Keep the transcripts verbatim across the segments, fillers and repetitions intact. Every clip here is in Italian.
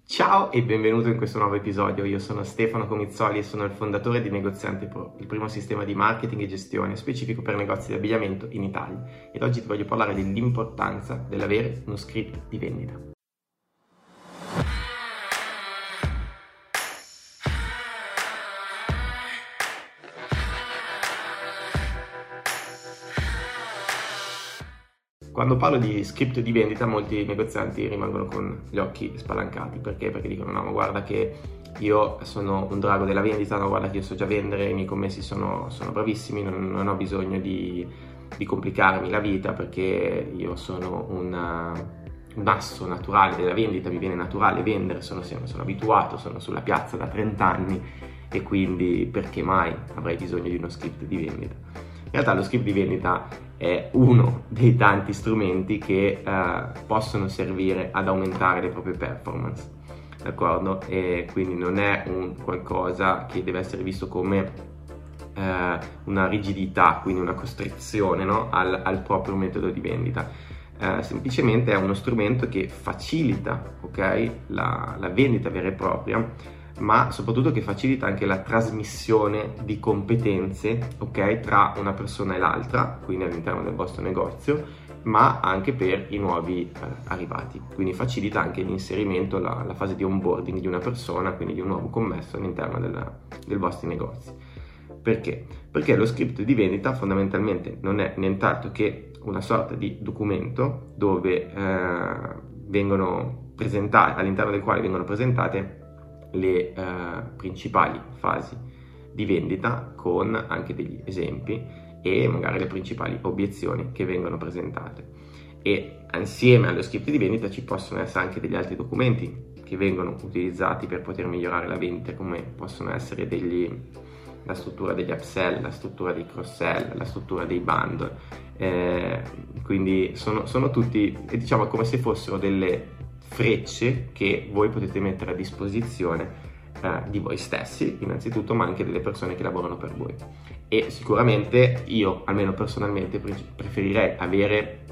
Ciao e benvenuto in questo nuovo episodio. Io sono Stefano Comizzoli e sono il fondatore di Negoziante Pro, il primo sistema di marketing e gestione specifico per negozi di abbigliamento in Italia. Ed oggi ti voglio parlare dell'importanza dell'avere uno script di vendita. Quando parlo di script di vendita, molti negozianti rimangono con gli occhi spalancati. Perché? Perché dicono: no, ma guarda che io sono un drago della vendita, no, guarda che io so già vendere, i miei commessi sono, sono bravissimi, non, non ho bisogno di, di complicarmi la vita perché io sono una, un asso naturale della vendita, mi viene naturale vendere, sono, sono abituato, sono sulla piazza da trenta anni e quindi perché mai avrei bisogno di uno script di vendita? In realtà lo script di vendita è uno dei tanti strumenti che eh, possono servire ad aumentare le proprie performance, d'accordo? E quindi non è un qualcosa che deve essere visto come eh, una rigidità, quindi una costrizione, no? al, al proprio metodo di vendita. Eh, semplicemente è uno strumento che facilita, okay, la, la vendita vera e propria, ma soprattutto che facilita anche la trasmissione di competenze, ok, tra una persona e l'altra, quindi all'interno del vostro negozio, ma anche per i nuovi eh, arrivati. Quindi facilita anche l'inserimento, la, la fase di onboarding di una persona, quindi di un nuovo commesso all'interno del, del vostro negozio. Perché? Perché lo script di vendita fondamentalmente non è nient'altro che una sorta di documento dove eh, vengono presentate, all'interno del quale vengono presentate le eh, principali fasi di vendita con anche degli esempi e magari le principali obiezioni che vengono presentate. E insieme allo script di vendita ci possono essere anche degli altri documenti che vengono utilizzati per poter migliorare la vendita, come possono essere degli, la struttura degli upsell, la struttura dei cross-sell, la struttura dei bundle. Eh, quindi sono, sono tutti, diciamo, come se fossero delle frecce che voi potete mettere a disposizione eh, di voi stessi innanzitutto, ma anche delle persone che lavorano per voi. E sicuramente io, almeno personalmente, preferirei avere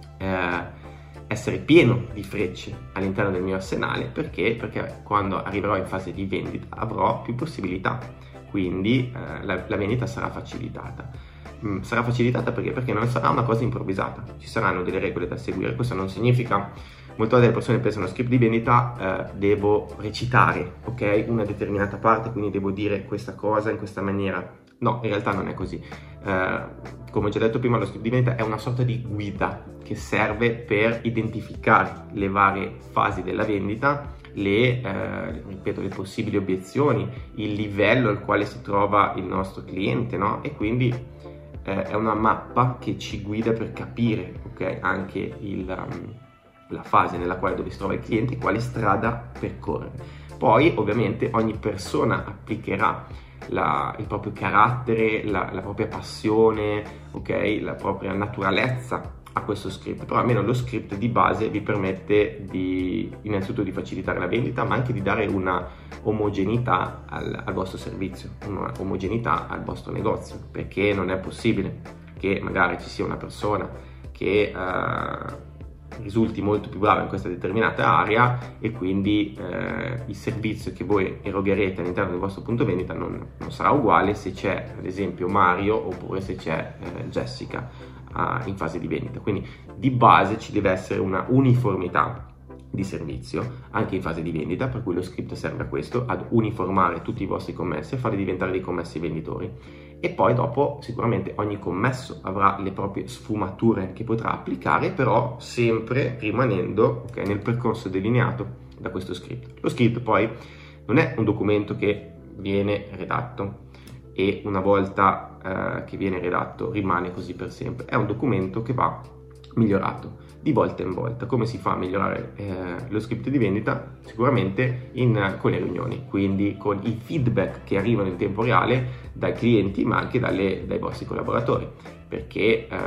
eh, essere pieno di frecce all'interno del mio arsenale. Perché? Perché quando arriverò in fase di vendita avrò più possibilità, quindi eh, la, la vendita sarà facilitata. Mm, sarà facilitata perché? Perché non sarà una cosa improvvisata, ci saranno delle regole da seguire. Questo non significa, molte volte le persone pensano: script di vendita, eh, devo recitare, ok, una determinata parte, quindi devo dire questa cosa in questa maniera. No, in realtà non è così. Eh, come ho già detto prima, lo script di vendita è una sorta di guida che serve per identificare le varie fasi della vendita, le, eh, ripeto, le possibili obiezioni, il livello al quale si trova il nostro cliente, no? E quindi eh, è una mappa che ci guida per capire, ok, anche il... Um, la fase nella quale dove si trova il cliente, quale strada percorrere. Poi ovviamente ogni persona applicherà la, il proprio carattere, la, la propria passione, ok, la propria naturalezza a questo script, però almeno lo script di base vi permette di innanzitutto di facilitare la vendita, ma anche di dare una omogeneità al, al vostro servizio, una omogeneità al vostro negozio, perché non è possibile che magari ci sia una persona che uh, risulti molto più brava in questa determinata area e quindi eh, il servizio che voi erogherete all'interno del vostro punto vendita non, non sarà uguale se c'è ad esempio Mario oppure se c'è eh, Jessica uh, in fase di vendita. Quindi di base ci deve essere una uniformità di servizio anche in fase di vendita, per cui lo script serve a questo, ad uniformare tutti i vostri commessi e farli diventare dei commessi venditori. E poi dopo sicuramente ogni commesso avrà le proprie sfumature che potrà applicare, però sempre rimanendo, okay, nel percorso delineato da questo script. Lo script poi non è un documento che viene redatto e una volta eh, che viene redatto rimane così per sempre, è un documento che va migliorato di volta in volta. Come si fa a migliorare eh, lo script di vendita? Sicuramente in, con le riunioni, quindi con i feedback che arrivano in tempo reale dai clienti ma anche dalle, dai vostri collaboratori, perché eh,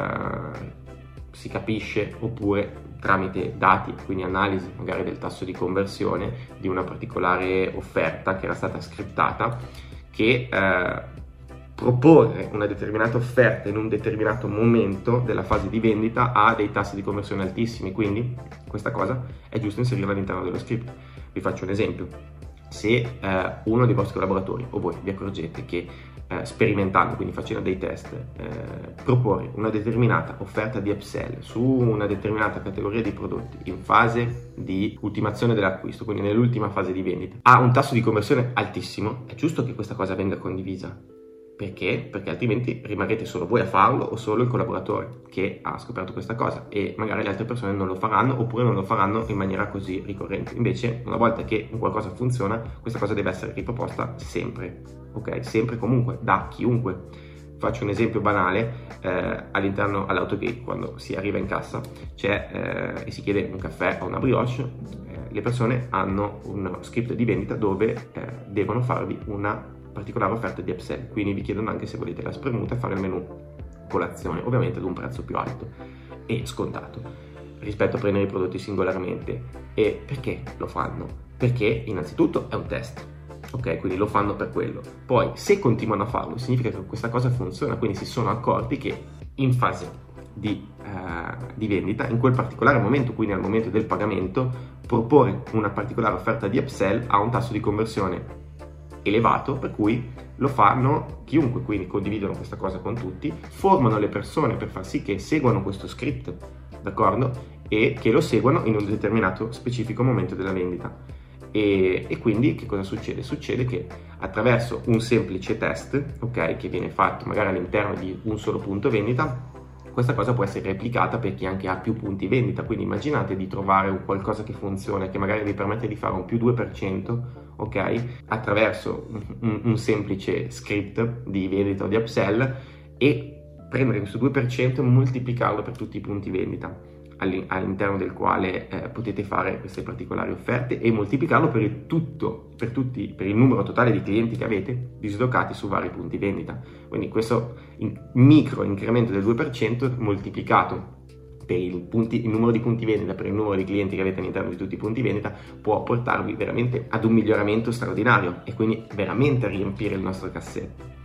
si capisce, oppure tramite dati, quindi analisi magari del tasso di conversione di una particolare offerta che era stata scriptata, che eh, proporre una determinata offerta in un determinato momento della fase di vendita ha dei tassi di conversione altissimi, quindi questa cosa è giusto inserirla all'interno dello script. Vi faccio un esempio: se eh, uno dei vostri collaboratori o voi vi accorgete che eh, sperimentando, quindi facendo dei test, eh, propone una determinata offerta di upsell su una determinata categoria di prodotti in fase di ultimazione dell'acquisto, quindi nell'ultima fase di vendita, ha un tasso di conversione altissimo, è giusto che questa cosa venga condivisa. Perché? Perché altrimenti rimarrete solo voi a farlo o solo il collaboratore che ha scoperto questa cosa, e magari le altre persone non lo faranno, oppure non lo faranno in maniera così ricorrente. Invece, una volta che qualcosa funziona, questa cosa deve essere riproposta sempre, ok? Sempre, comunque, da chiunque. Faccio un esempio banale: eh, all'interno all'autogate, quando si arriva in cassa c'è eh, e si chiede un caffè o una brioche, eh, le persone hanno uno script di vendita dove eh, devono farvi una particolare offerta di upsell, quindi vi chiedono anche se volete la spremuta e fare il menù colazione, ovviamente ad un prezzo più alto e scontato rispetto a prendere i prodotti singolarmente. E perché lo fanno? Perché innanzitutto è un test, ok? Quindi lo fanno per quello. Poi, se continuano a farlo, significa che questa cosa funziona, quindi si sono accorti che in fase di, uh, di vendita, in quel particolare momento, quindi al momento del pagamento, proporre una particolare offerta di upsell ha un tasso di conversione elevato, per cui lo fanno chiunque, quindi condividono questa cosa con tutti, formano le persone per far sì che seguano questo script, d'accordo? E che lo seguano in un determinato specifico momento della vendita. E, e quindi che cosa succede? Succede che attraverso un semplice test, ok, che viene fatto magari all'interno di un solo punto vendita, questa cosa può essere replicata per chi anche ha più punti vendita. Quindi immaginate di trovare un qualcosa che funziona, che magari vi permette di fare un più due per cento, ok, attraverso un, un semplice script di vendita o di upsell, e prendere questo due per cento e moltiplicarlo per tutti i punti vendita all'interno del quale eh, potete fare queste particolari offerte, e moltiplicarlo per il tutto, per tutti, per il numero totale di clienti che avete dislocati su vari punti vendita. Quindi questo in micro incremento del due per cento moltiplicato per il, punti, il numero di punti vendita, per il numero di clienti che avete all'interno di tutti i punti vendita, può portarvi veramente ad un miglioramento straordinario e quindi veramente a riempire il nostro cassetto.